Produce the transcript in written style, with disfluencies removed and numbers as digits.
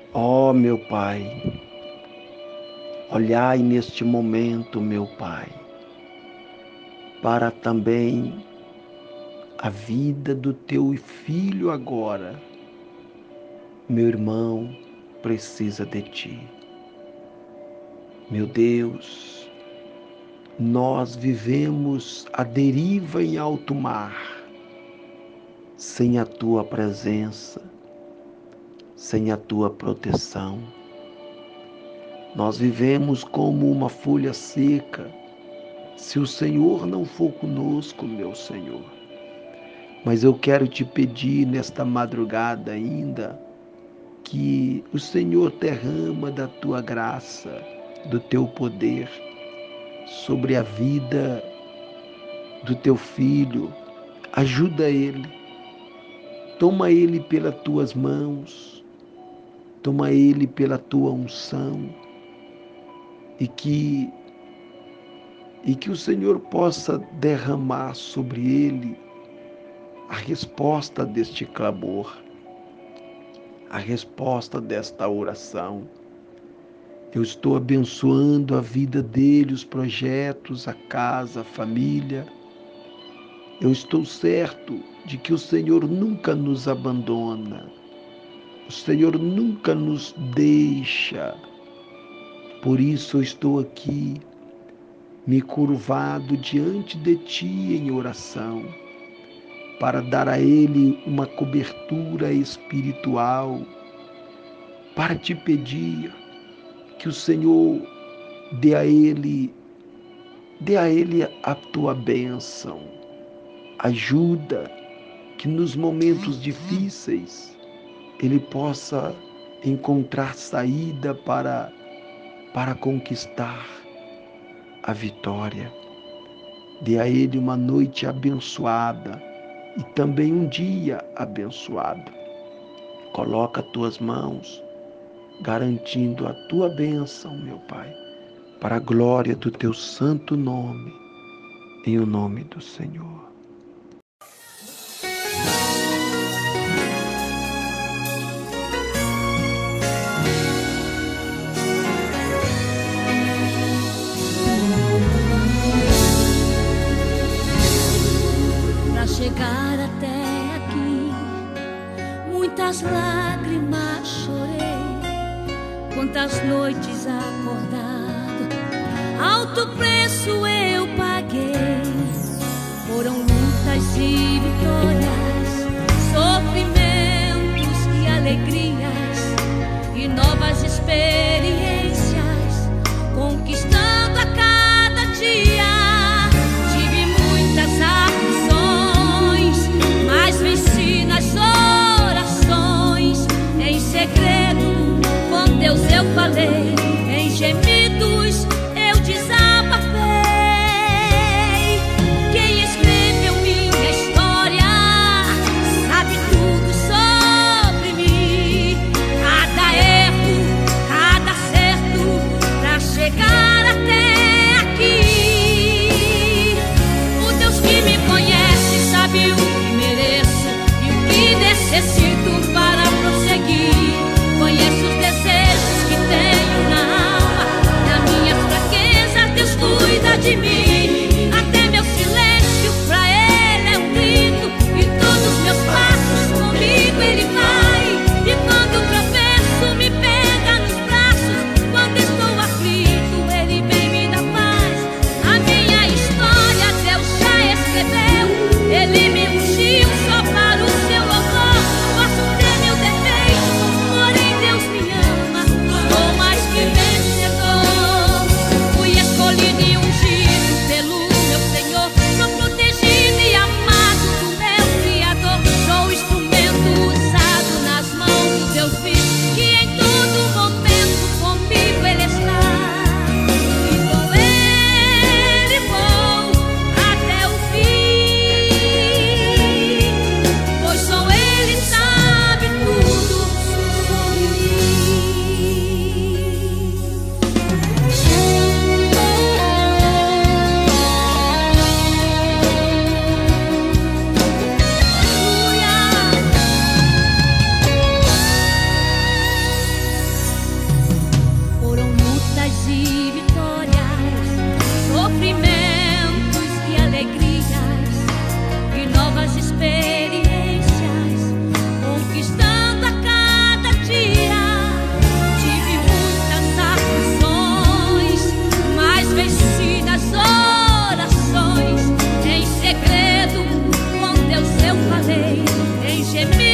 Ó meu Pai, olhai neste momento, meu Pai, para também a vida do teu filho agora. Meu irmão precisa de ti. Meu Deus, nós vivemos à deriva em alto mar, sem a tua presença, sem a tua proteção. Nós vivemos como uma folha seca, se o Senhor não for conosco, meu Senhor. Mas eu quero te pedir nesta madrugada ainda, que o Senhor derrama da tua graça, do teu poder, sobre a vida do teu filho. Ajuda ele, toma ele pelas tuas mãos, toma ele pela tua unção, e que o Senhor possa derramar sobre ele a resposta deste clamor, a resposta desta oração. Eu estou abençoando a vida dele, os projetos, a casa, a família. Eu estou certo de que o Senhor nunca nos abandona, o Senhor nunca nos deixa. Por isso eu estou aqui, me curvado diante de ti em oração, para dar a ele uma cobertura espiritual, para te pedir que o Senhor dê a ele a tua bênção. Ajuda que nos momentos difíceis ele possa encontrar saída para conquistar a vitória. Dê a ele uma noite abençoada e também um dia abençoado. Coloca as tuas mãos, garantindo a tua bênção, meu Pai, para a glória do teu santo nome, em o nome do Senhor. Para chegar até aqui, muitas lágrimas chorei, quantas noites acordado, alto preço eu paguei. Foram lutas e vitórias, sofrimentos e alegrias, e novas experiências, conquistando a cada dia. Tive muitas aflições, mas venci nas orações. Em segredo com Deus eu falei, em gemidos eu desabafei. Quem escreveu minha história sabe tudo sobre mim. Cada erro, cada acerto, pra chegar até aqui. O Deus que me conhece sabe o que mereço e o que necessito para prosseguir. Conhece os desejos que tenho na alma, nas minhas fraquezas Deus cuida de mim. Até meu silêncio pra Ele é um grito, e todos os meus passos comigo Ele vai. E quando tropeço me pega nos braços, quando estou aflito Ele vem me dar paz. A minha história Deus já escreveu, Ele me ungiu só para o seu louvor. gemidos.